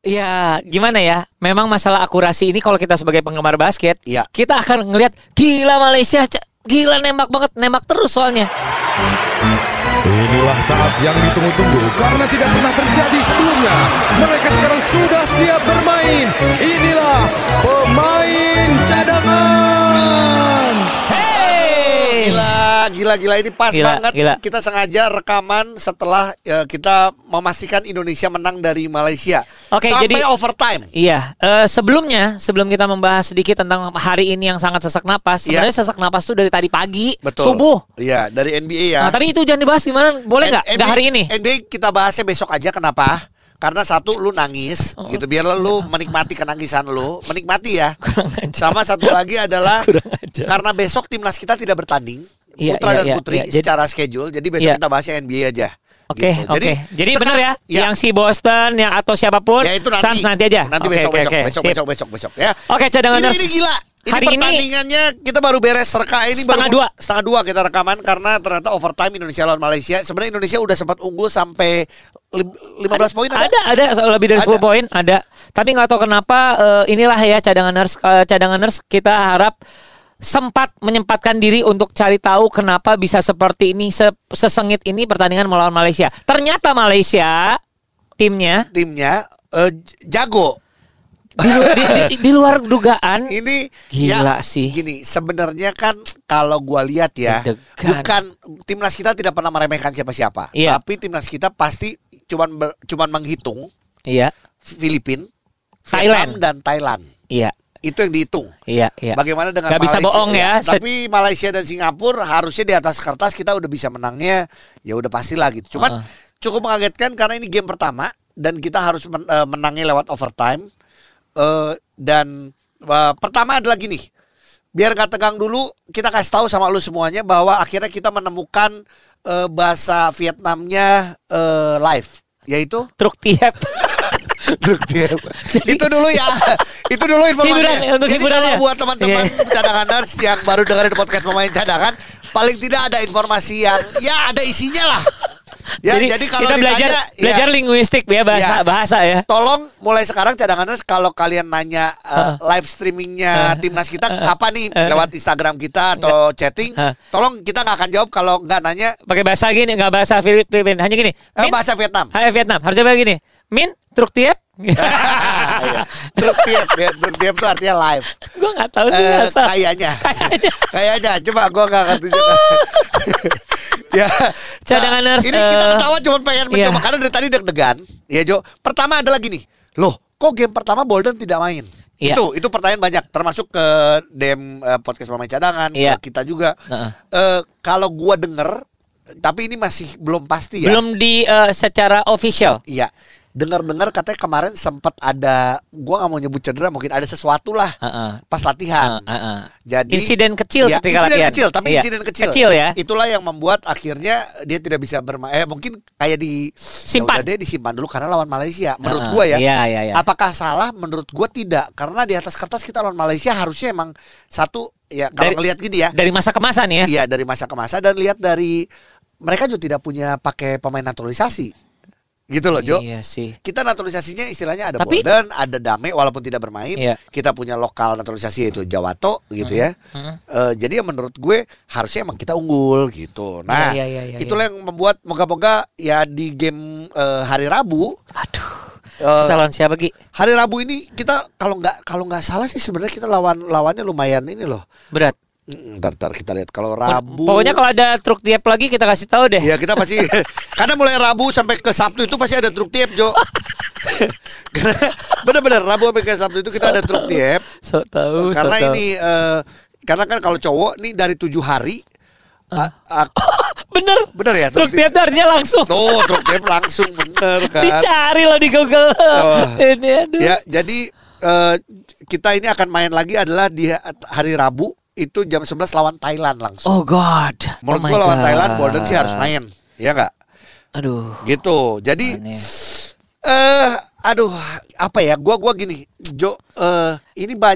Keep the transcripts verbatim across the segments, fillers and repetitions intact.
Ya, gimana ya? Memang masalah akurasi ini kalau kita sebagai penggemar basket, Iya. kita akan ngelihat gila Malaysia, gila nembak banget, nembak terus soalnya. Inilah saat yang ditunggu-tunggu karena tidak pernah terjadi sebelumnya. Mereka sekarang sudah siap bermain. Inilah pemain cadangan. Hey! Gila, gila, gila ini pas Gila, banget. gila. Kita sengaja rekaman setelah ya, kita memastikan Indonesia menang dari Malaysia. Oke, sampai jadi- overtime. Iya, eh, sebelumnya sebelum kita membahas sedikit tentang hari ini yang sangat sesak napas, Iya. sebenarnya sesak napas tuh dari tadi pagi, Betul. subuh. Iya, dari N B A ya. Nah, tapi itu jangan dibahas gimana? Boleh nggak? N- Nggak hari ini? N B A kita bahasnya besok aja. Kenapa? Karena satu lu nangis Oh. gitu biar lu menikmati kenangisan lu, menikmati ya. Kurang ajar. Sama satu lagi adalah Kurang ajar. karena besok timnas kita tidak bertanding, Iya, putra iya, dan iya, putri iya. Jadi- secara schedule. Jadi besok Iya. kita bahasnya N B A aja. Oke, Gitu. oke. Jadi, benar ya, sekarang- yang si Boston, yang atau siapapun, ya itu nanti. Suns nanti aja. Nanti Oke, besok, oke, besok, oke. besok, Sip. besok, besok, besok, ya. Oke, cadanganers. Ini, ini gila. Ini Hari ini- pertandingannya kita baru beres reka ini Setengah baru dua. setengah dua kita rekaman karena ternyata overtime Indonesia lawan Malaysia. Sebenarnya Indonesia udah sempat unggul sampai lim- lima belas poin ada. Ada, ada lebih dari Ada. sepuluh poin, ada. Tapi nggak tahu kenapa eh, inilah ya cadanganers, eh, cadanganers kita harap sempat menyempatkan diri untuk cari tahu kenapa bisa seperti ini, se- sesengit ini pertandingan melawan Malaysia. Ternyata Malaysia timnya Timnya eh, jago. di, lu- di, di- di luar dugaan. Ini Gila ya, sih. Gini, sebenarnya kan kalau gua lihat ya, Deg-degan. bukan timnas kita tidak pernah meremehkan siapa-siapa, Iya. tapi timnas kita pasti cuman ber- cuman menghitung Iya, Filipina, Thailand. Vietnam dan Thailand. iya, Itu yang dihitung. iya, iya. Bagaimana dengan Nggak bisa Malaysia? bohong ya. Se- Tapi Malaysia dan Singapura harusnya di atas kertas kita udah bisa menangnya, ya udah pastilah gitu. Cuman Uh-uh. cukup mengagetkan karena ini game pertama dan kita harus men- eh, menangnya lewat overtime. Eh, dan eh, pertama adalah gini, biar nggak tegang dulu, kita kasih tahu sama lu semuanya bahwa akhirnya kita menemukan eh, bahasa Vietnamnya eh, live, yaitu Truk tiap. itu dulu ya. Itu dulu informasinya. Hiburan, untuk Jadi hiburannya. kalau buat teman-teman Iya. cadanganers yang baru dengerin podcast pemain cadangan, paling tidak ada informasi yang ya ada isinya lah. Ya, jadi, jadi, kalau kita belajar ditanya, belajar ya, linguistik ya bahasa Ya. bahasa ya. tolong mulai sekarang cadanganers kalau kalian nanya uh, live streamingnya Uh, timnas kita uh, apa nih uh, lewat Instagram kita atau chatting, Uh. tolong kita nggak akan jawab kalau nggak nanya Pakai bahasa gini, nggak bahasa Filipina, hanya gini. eh, Min, bahasa Vietnam. Hai Vietnam, harus coba gini. Min, truk tiap. Iya. Truk tiap, ya, truk tiap itu artinya live. Gue nggak tahu sih Eh, bahasa. kayaknya, kayaknya, coba gue nggak akan tunjukkan. Ya, Cadanganers, ini kita eh, ketawa cuma pengen mencoba iya. karena dari tadi deg-degan. Ya Jo, pertama adalah gini, loh, kok game pertama Bolden tidak main? Iya. Itu, itu pertanyaan banyak, termasuk ke D M eh, podcast pemain cadangan, Iya. ke kita juga. Heeh. Eh, kalau gue denger, tapi ini masih belum pasti ya. Belum di eh, secara official. Iya. Dengar-dengar katanya kemarin sempat ada, gua nggak mau nyebut cedera, mungkin ada sesuatu lah Heeh. pas latihan. Heeh, heeh. Jadi Insiden kecil ya, ketika insiden latihan. kecil, tapi Iya. insiden kecil. Kecil ya. Itulah yang membuat akhirnya dia tidak bisa bermain. Eh mungkin kayak di Simpan. ya udah deh disimpan dulu karena lawan Malaysia. Menurut Heeh, gua ya. iya, iya, iya. Apakah salah? Menurut gua tidak, karena di atas kertas kita lawan Malaysia harusnya emang satu ya kalau Dari- ngelihat gini ya. Dari masa ke masa nih ya. Iya, dari masa ke masa dan lihat dari mereka juga tidak punya pakai pemain naturalisasi. Gitu loh, Jo. Iya sih. Kita naturalisasinya istilahnya ada Tapi- Bolden, ada Dame walaupun tidak bermain. Iya. Kita punya lokal naturalisasi yaitu Jawato gitu ya. Eh, jadi ya menurut gue harusnya emang kita unggul gitu. Nah, Iya, iya, iya, iya, itulah yang membuat moga-moga ya di game eh, hari Rabu. Aduh. eh, Kita lawan siapa Gi? hari Rabu ini kita kalau nggak kalau nggak salah sih sebenarnya kita lawan lawannya lumayan ini loh. Berat. Mm, Ntar, ntar kita lihat kalau Rabu. Pokoknya kalau ada truk tiap lagi kita kasih tahu deh. Ya kita pasti karena mulai Rabu sampai ke Sabtu itu pasti ada truk tiap Jo. Karena benar-benar Rabu sampai ke Sabtu itu kita ada truk tiap. So tahu. Karena so tahu. ini eh, karena kan kalau cowok nih dari tujuh hari. a- a- bener. bener ya Truk tiap itu artinya langsung. Tuh truk tiap langsung bener kan. Dicari loh di Google. Oh. Ini aduh. Ya jadi eh, kita ini akan main lagi adalah di hari Rabu itu jam sebelas lawan Thailand langsung. Oh God. Menurut Oh my gua lawan God. Thailand Bolden sih harus main, ya nggak? Aduh. Gitu. Jadi Aneh. eh aduh apa ya? Gua gua gini, Jo. eh ini banyak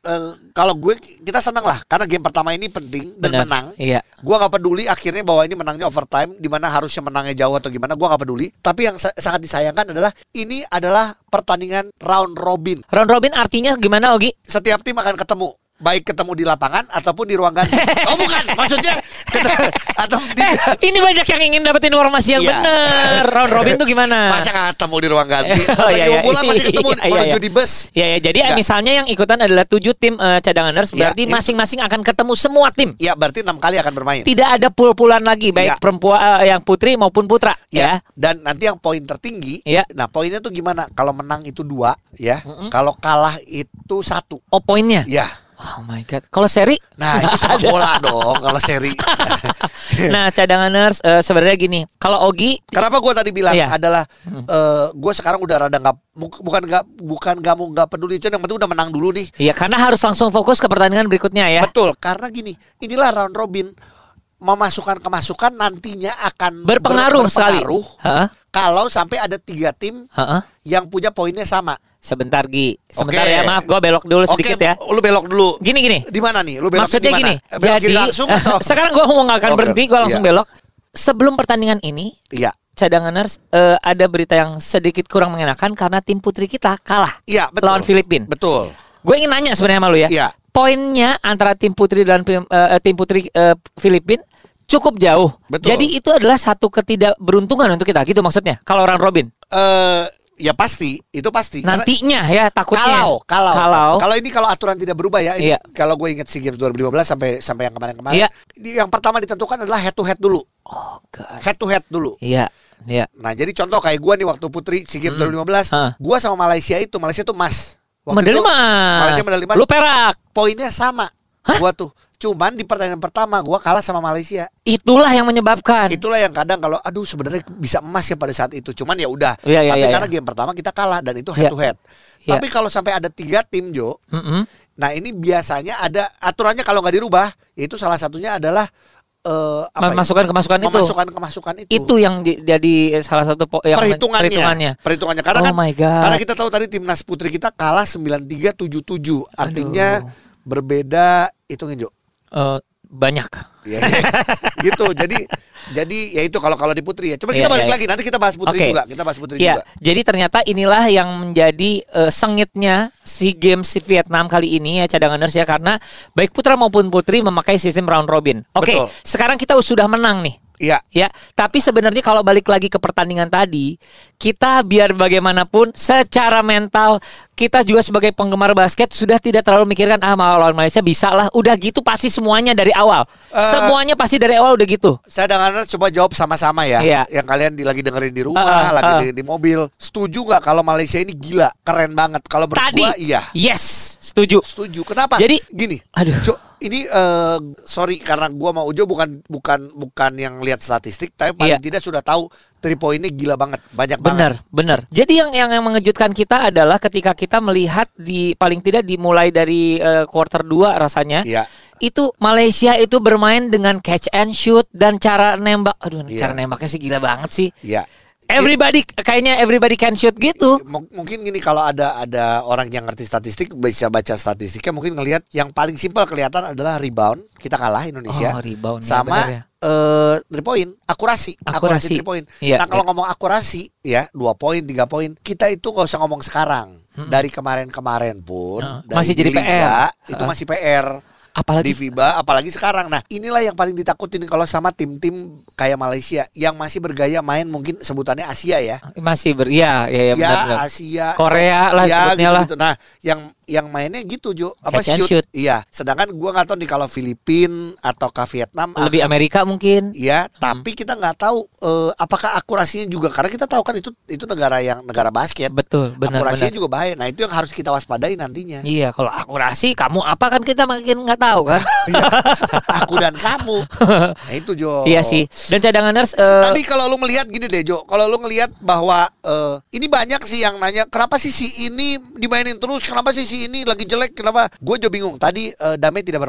uh, kalau gue kita senang lah karena game pertama ini penting dan Benar. menang. Iya. Gue nggak peduli akhirnya bahwa ini menangnya overtime, di mana harusnya menangnya jauh atau gimana. Gue nggak peduli. Tapi yang sa- sangat disayangkan adalah ini adalah pertandingan round robin. Round robin artinya gimana, Ogi? Setiap tim akan ketemu. Baik ketemu di lapangan ataupun di ruang ganti. Oh bukan, maksudnya ketemu, atau di, Eh, ini banyak yang ingin dapat informasi yang Iya. benar. Round robin tuh gimana? masa nggak ketemu di ruang ganti? Oh, Masa iya, lagi iya. bola masih ketemu Iya, iya, menuju iya. di bus. Ya, ya, jadi Enggak. misalnya yang ikutan adalah tujuh tim eh, cadanganers, Iya, berarti ini- masing-masing akan ketemu semua tim. Ya berarti enam kali akan bermain. Tidak ada pul-pulan lagi, baik Iya. perempuan eh, yang putri maupun putra, ya. Ya, dan nanti yang poin tertinggi, Iya. nah poinnya tuh gimana? Kalau menang itu dua, ya. Kalau kalah itu satu, Oh, poinnya. ya. Oh my god. Kalau seri? Nah itu sepak bola dong kalau seri. Nah, cadanganers eh, sebenarnya gini. Kalau Ogi Kenapa gue tadi bilang Iya. adalah eh, gue sekarang udah rada nggak bu- bukan nggak bukan nggak mau nggak peduli, cuman yang penting udah menang dulu nih. ya karena harus langsung fokus ke pertandingan berikutnya ya. Betul, karena gini, inilah round robin, memasukkan kemasukan nantinya akan Berpengaruh ber- sekali. berpengaruh Heeh. kalau sampai ada tiga tim Heeh. yang punya poinnya sama. Sebentar Gi. Sebentar Oke. ya, maaf gue belok dulu sedikit Oke, ya. lu belok dulu. Gini gini. Di mana nih? Lu beloknya Maksudnya di mana? gini. Eh, belok kiri Jadi langsung atau? sekarang gue mau nggak akan Oke, berhenti, gue langsung iya. belok. Sebelum pertandingan ini, Iya. cadanganers eh, ada berita yang sedikit kurang mengenakan karena tim putri kita kalah Iya, betul. lawan Filipina. Betul. Gue ingin nanya sebenarnya sama lu ya. Iya. Poinnya antara tim putri dan pim- eh, tim putri eh, Filipina cukup jauh. Betul. Jadi itu adalah satu ketidakberuntungan untuk kita gitu maksudnya. Kalau round robin Eh ya pasti, itu pasti. Karena nantinya ya takutnya. kalau kalau kalau kalau ini kalau aturan tidak berubah ya, ini Iya. kalau gue ingat SEA Games dua ribu lima belas sampai sampai yang kemarin-kemarin. Iya. Ini yang pertama ditentukan adalah head to head dulu. Oh god. Head to head dulu. Iya, iya. Nah, jadi contoh kayak gue nih waktu putri SEA Games dua ribu lima belas, Hah. gue sama Malaysia itu, Malaysia itu emas. Waktu Medali itu, emas. Malaysia medali emas. Lu perak. Poinnya sama. Gua tuh. Cuman di pertandingan pertama gua kalah sama Malaysia. Itulah yang menyebabkan. Itulah yang kadang kalau aduh sebenarnya bisa emas ya pada saat itu. Cuman ya udah. Iya, iya, Tapi iya, karena iya. game pertama kita kalah dan itu head Iya. to head. Iya. Tapi kalau sampai ada tiga tim Jo, Mm-mm. nah ini biasanya ada aturannya kalau nggak dirubah, yaitu salah satunya adalah eh, apa ya? Memasukkan-kemasukan itu. Memasukkan kemasukan itu. Itu yang di- jadi salah satu po- yang perhitungannya. perhitungannya. Perhitungannya karena Oh kan my God. karena kita tahu tadi timnas putri kita kalah sembilan tiga tujuh tujuh. Artinya berbeda hitungin Jo. Eh, banyak. Ya, ya. Gitu. Jadi jadi ya itu kalau kalau di putri ya. Coba Iya, kita balik iya. lagi nanti kita bahas putri Oke. juga. Kita bahas putri Ya, juga. jadi ternyata inilah yang menjadi eh, sengitnya SEA Games si Vietnam kali ini ya cadanganers ya karena baik putra maupun putri memakai sistem round robin. Oke, Betul. sekarang kita sudah menang nih. Iya. Ya, tapi sebenarnya kalau balik lagi ke pertandingan tadi, kita biar bagaimanapun secara mental kita juga sebagai penggemar basket sudah tidak terlalu mikirkan ah lawan Malaysia bisa lah. Udah gitu pasti semuanya dari awal. Eh, semuanya pasti dari awal udah gitu. Saya dengar coba jawab sama-sama ya. Iya. Yang kalian di, lagi dengerin di rumah, Uh, uh, lagi uh. dengerin di mobil. Setuju nggak kalau Malaysia ini gila, keren banget? Kalau menurut Tadi. gua iya. Yes, setuju. Setuju. Kenapa? Jadi- gini. Aduh. Jo, ini eh, sorry karena gua sama Ujo bukan bukan bukan yang lihat statistik, tapi paling Iya. tidak sudah tahu three point-nya gila banget, banyak Benar, banget. benar. Jadi yang, yang yang mengejutkan kita adalah ketika kita melihat di paling tidak dimulai dari eh, quarter dua rasanya. Iya. Itu Malaysia itu bermain dengan catch and shoot dan cara nembak. Aduh, Iya. cara nembaknya sih gila banget sih. Iya. Everybody kayaknya everybody can shoot gitu. M- mungkin gini kalau ada ada orang yang ngerti statistik bisa baca statistiknya mungkin ngelihat yang paling simpel kelihatan adalah rebound kita kalah Indonesia Oh, rebound, ya, sama benar ya. eh, three point akurasi Akurasi. three point. Iya, Nah kalau iya. ngomong akurasi ya dua poin tiga poin kita itu nggak usah ngomong sekarang dari kemarin-kemarin pun Nah, dari masih jadi di P R. Liga, itu Heeh. masih P R. Apalagi Di FIBA apalagi sekarang. Nah, inilah yang paling ditakutin kalau sama tim-tim kayak Malaysia yang masih bergaya main mungkin sebutannya Asia ya. masih ber ya ya, ya, Ya, benar-benar. Asia, Korea lah ya, sebutnya lah. gitu-gitu. Nah, yang yang mainnya gitu Jo, apa Catch and shoot. shoot. Iya, sedangkan gua nggak tahu nih kalau Filipina atau ke Vietnam Lebih ah, Amerika mungkin. Iya, tapi kita nggak tahu eh, apakah akurasinya juga karena kita tahu kan itu itu negara yang negara basket. Betul, benar Akurasinya benar. juga bahaya. Nah, itu yang harus kita waspadai nantinya. Iya, kalau akurasi kamu apa kan kita makin nggak tahu kan. Aku dan kamu. Nah, itu Jo. Iya sih. Dan cadanganers eh, Tadi kalau lu melihat gini deh Jo, kalau lu ngelihat bahwa eh, ini banyak sih yang nanya kenapa sih si ini dimainin terus, kenapa sih si ini lagi jelek, kenapa? Gue juga bingung. Tadi eh, Dame tidak bermain.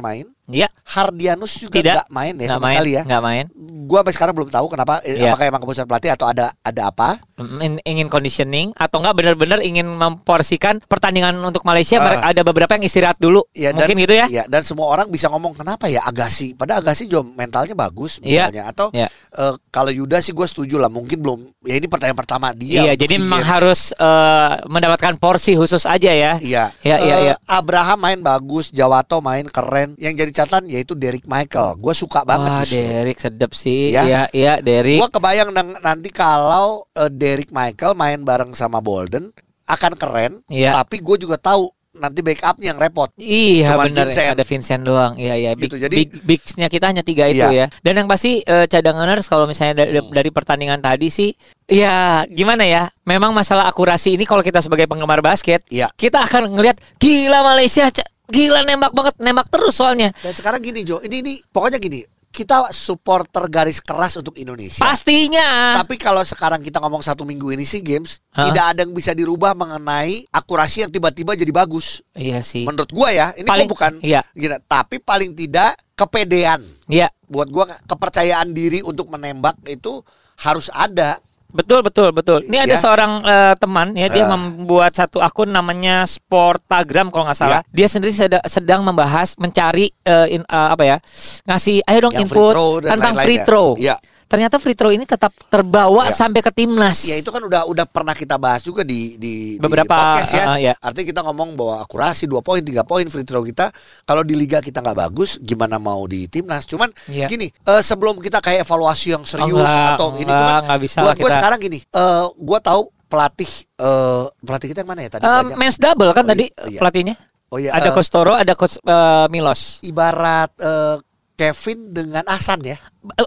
Iya. Hardianus juga Tidak. nggak main ya Nggak sama main, sekali ya. nggak main. Gua sampai sekarang belum tahu kenapa. eh, Iya. Apakah emang keputusan pelatih atau ada ada apa? In- ingin conditioning atau enggak benar-benar ingin memporsikan pertandingan untuk Malaysia. Ah. Mereka ada beberapa yang istirahat dulu. Ya, Mungkin dan, gitu ya. Ya, dan semua orang bisa ngomong kenapa ya Agassi. Padahal Agassi juga mentalnya bagus Iya. misalnya. Atau Iya. eh, kalau Yuda sih gue setuju lah. Mungkin belum. Ya ini pertandingan pertama dia. Iya, untuk jadi SEA memang Games. harus eh, mendapatkan porsi khusus aja ya. Iya. Iya, iya, Eh, iya. Abraham main bagus, Jawato main keren. Yang jadi catatan yaitu Derek Michael. Gue suka banget Wah, justru. Derek sedap sih. Ya. Iya, iya, Derek. Gue kebayang nang- nanti kalau eh, Derek Michael main bareng sama Bolden akan keren. Iya. Tapi gue juga tahu nanti backupnya yang repot. Iya Cuman benar, Vincent. ada Vincent doang. Iya iya. Big, Gitu, jadi- big bigsnya kita hanya tiga itu Iya. ya. Dan yang pasti eh, cadanganers kalau misalnya dari, dari pertandingan tadi sih, ya gimana ya? Memang masalah akurasi ini kalau kita sebagai penggemar basket, Iya. kita akan ngelihat gila Malaysia, ca- gila nembak banget, nembak terus soalnya. Dan sekarang gini Jo, ini ini pokoknya gini. Kita supporter garis keras untuk Indonesia. Pastinya. Tapi kalau sekarang kita ngomong satu minggu ini SEA Games, Hah? tidak ada yang bisa dirubah mengenai akurasi yang tiba-tiba jadi bagus. Iya sih. Menurut gua ya, ini Paling- gua bukan iya. gila, tapi paling tidak kepedean. Iya. Buat gua kepercayaan diri untuk menembak itu harus ada. Betul betul betul. Ini ada Ya. seorang eh, teman ya, dia Ah. membuat satu akun namanya Sportagram kalau nggak salah. Ya. Dia sendiri seda- sedang membahas mencari eh, in- eh, apa ya? Ngasih ayo dong Yang free input throw dan tentang lain-lain free ya. throw. Iya. Ternyata free throw ini tetap terbawa Ya. sampai ke timnas. Ya itu kan udah udah pernah kita bahas juga di di, di Beberapa, podcast ya. uh, uh, ya. Artinya kita ngomong bahwa akurasi dua poin, tiga poin free throw kita kalau di liga kita nggak bagus, gimana mau di timnas? Cuman Ya. gini, eh, sebelum kita kayak evaluasi yang serius enggak, atau ini enggak, cuman enggak bisa buat lah gue kita. sekarang gini, eh gue tahu pelatih eh pelatih kita yang mana ya tadi? Eh, banyak. men's double kan Oh, tadi iya, iya. pelatihnya. Oh iya, Ada eh, coach Toro, ada coach eh, Milos. ibarat eh, Kevin dengan Ahsan ya.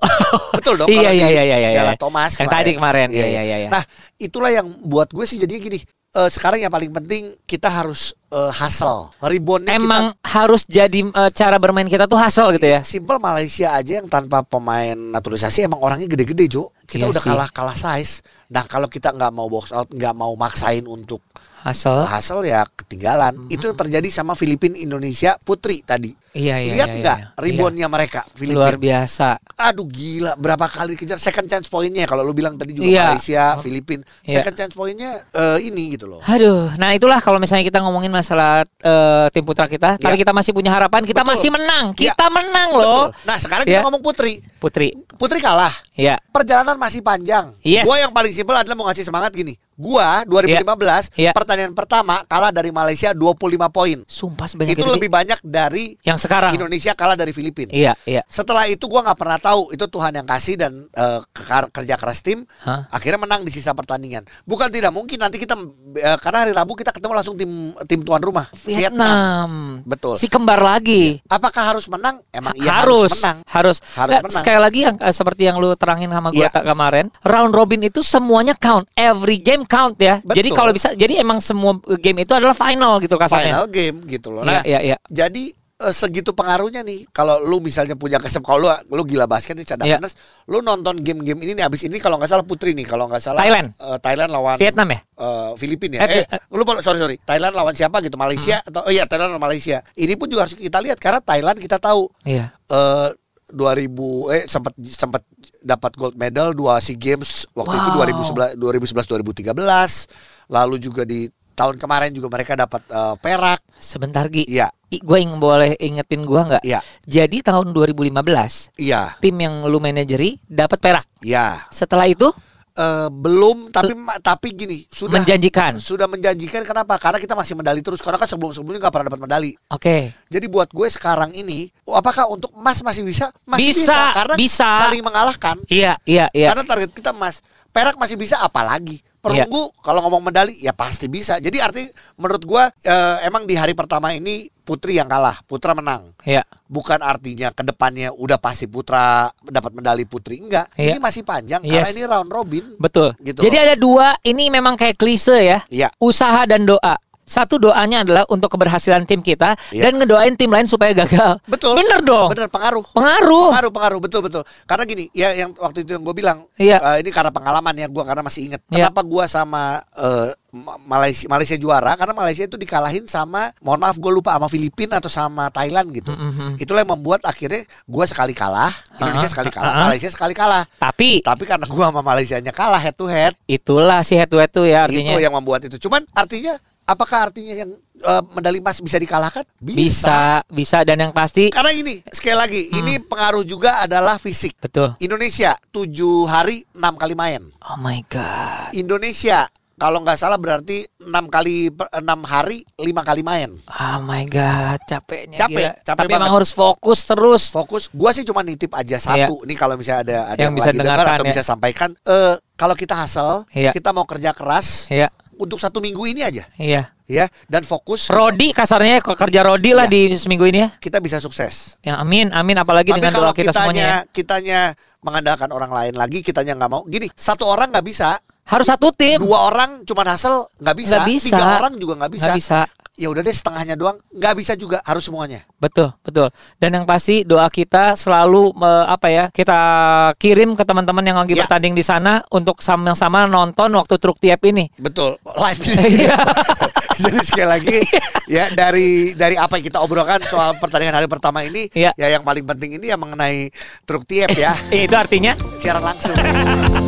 Betul dong. Iya, kalau iya, di iya, iya, iya, Piala iya. Thomas Yang tadi kemarin. Iya, iya, iya, iya. Nah, itulah yang buat gue sih jadinya gini. eh, sekarang yang paling penting kita harus eh, hustle. Reboundnya Emang harus jadi eh, cara bermain kita tuh hustle gitu ya. kita simple Malaysia aja yang tanpa pemain naturalisasi emang orangnya gede-gede Jo. Kita Iya udah sih. kalah kalah size. Nah kalau kita nggak mau box out, nggak mau maksain untuk Hustle. hustle ya ketinggalan. Itu yang terjadi sama Filipina Indonesia Putri tadi. Iya, iya, Lihat iya, nggak iya. reboundnya mereka Filipina? Luar biasa. Aduh gila, berapa kali kejar second chance poinnya kalau lu bilang tadi juga Iya. Malaysia, Filipina, Iya. second chance poinnya eh, ini gitu loh. Aduh, nah itulah kalau misalnya kita ngomongin masalah eh, tim putra kita, tapi Ya. kita masih punya harapan, kita Betul. masih menang, Ya. kita menang loh. Betul. Nah sekarang kita Ya. ngomong Putri, Putri, Putri kalah. ya, Perjalanan masih panjang. Yes. Gua yang paling simpel adalah mau ngasih semangat gini. Gua dua ribu lima belas Iya. pertandingan pertama kalah dari Malaysia dua puluh lima poin. sumpah sebanyak Itu itu, lebih banyak dari yang sekarang. Indonesia kalah dari Filipina. Iya, iya. Setelah itu gua nggak pernah tahu itu Tuhan yang kasih dan eh, ke- kerja keras tim. Hah? Akhirnya menang di sisa pertandingan. Bukan tidak mungkin nanti kita eh, karena hari Rabu kita ketemu langsung tim tim tuan rumah Vietnam. Betul. Si kembar lagi. Apakah harus menang? Emang iya harus, harus menang. harus. Harus Nggak, menang. sekali lagi yang eh, seperti yang lu terangin sama gue Iya. kemarin, round robin itu semuanya count, every game count ya. Betul. Jadi kalau bisa, jadi emang semua game itu adalah final gitu kasarnya. Final game gitu loh. Iya, Nah, iya, iya. jadi eh, segitu pengaruhnya nih. Kalau lu misalnya punya kesem, kalau lu, lu gila basket nih Iya. cadangan, lu nonton game-game ini nih abis ini kalau nggak salah Putri nih, kalau nggak salah Thailand. eh, Thailand lawan Vietnam ya? eh, Filipina Eh, ya. Eh, eh. lu boleh- sorry sorry. Thailand lawan siapa gitu? Malaysia atau oh iya Thailand lawan Malaysia. Ini pun juga harus kita lihat karena Thailand kita tahu Iya. eh dua ribu eh sempat sempat dapat gold medal dua SEA Games waktu itu Wow. dua ribu sebelas dua ribu sebelas dua ribu tiga belas. Lalu juga di tahun kemarin juga mereka dapat eh, perak. Sebentar Gi. Iya, Gue ingin boleh ingetin gua nggak? iya, Jadi tahun dua ribu lima belas iya, tim yang lu manajeri dapat perak. iya. Setelah itu Eh, belum tapi ma- tapi gini sudah menjanjikan. sudah menjanjikan kenapa? Karena kita masih medali terus karena kan sebelum sebelumnya nggak pernah dapat medali. Oke. Jadi buat gue sekarang ini, apakah untuk emas masih bisa? Masih Bisa, bisa, karena bisa. saling mengalahkan. Iya, iya, iya. Karena target kita emas, perak masih bisa, apalagi perunggu kalau ngomong medali ya pasti bisa. Jadi artinya menurut gue eh, emang di hari pertama ini Putri yang kalah, Putra menang. Iya. Bukan artinya ke depannya udah pasti Putra dapat medali Putri, enggak. Iya. Ini masih panjang Yes. karena ini round robin. Betul. Gitu Jadi loh. ada dua, ini memang kayak klise ya. Iya. Usaha dan doa. Satu doanya adalah untuk keberhasilan tim kita Iya. dan ngedoain tim lain supaya gagal. Betul. Bener dong. Bener, pengaruh. Pengaruh. Pengaruh, pengaruh, betul, betul. Karena gini, ya yang waktu itu yang gue bilang, Iya. eh, ini karena pengalaman ya, gue karena masih inget. Iya. Kenapa gue sama eh, Ma- Malaysia, Malaysia juara? Karena Malaysia itu dikalahin sama, mohon maaf gue lupa, sama Filipina atau sama Thailand gitu. Mm-hmm. Itulah yang membuat akhirnya gue sekali kalah, Indonesia Uh-uh. sekali kalah, Uh-uh. Malaysia sekali kalah. Tapi Tapi karena gue sama Malaysianya kalah head to head, itulah si head to head tuh ya artinya. itu yang membuat itu. Cuman artinya, apakah artinya yang eh, medali emas bisa dikalahkan? Bisa, bisa dan yang pasti Karena ini sekali lagi, Hmm. ini pengaruh juga adalah fisik. betul. Indonesia tujuh hari enam kali main. Oh my god. Indonesia kalau nggak salah berarti enam kali enam hari lima kali main. Oh my god, capeknya Capek, gila. capek Tapi emang banget. harus fokus terus. Fokus. Gua sih cuma nitip aja satu. Nih kalau misalnya ada ada Yang yang, bisa lagi dengar dengarkan atau ya. bisa sampaikan, eh kalau kita hustle, Iya. kita mau kerja keras Iya, untuk satu minggu ini aja, iya. ya, dan fokus. Rodi kasarnya kerja Rodi lah Iya. di seminggu ini ya. Kita bisa sukses. Ya amin, amin apalagi Tapi dengan kalau doa kita semuanya. kitanya, Ya. kitanya mengandalkan orang lain lagi, kitanya nggak mau. Gini, satu orang nggak bisa. Harus satu tim. Dua orang cuma hasil nggak bisa. Nggak bisa. Tiga orang juga nggak bisa. Nggak bisa. Ya udah deh setengahnya doang. Nggak bisa juga, harus semuanya. Betul, betul. Dan yang pasti doa kita selalu eh, apa ya? Kita kirim ke teman-teman yang lagi Ya. bertanding di sana untuk sama-sama nonton waktu truk tiap ini. Betul, live. Iya. Jadi sekali lagi ya dari dari apa yang kita obrolkan soal pertandingan hari pertama ini, Iya. ya yang paling penting ini ya mengenai truk tiap ya, Itu artinya siaran langsung.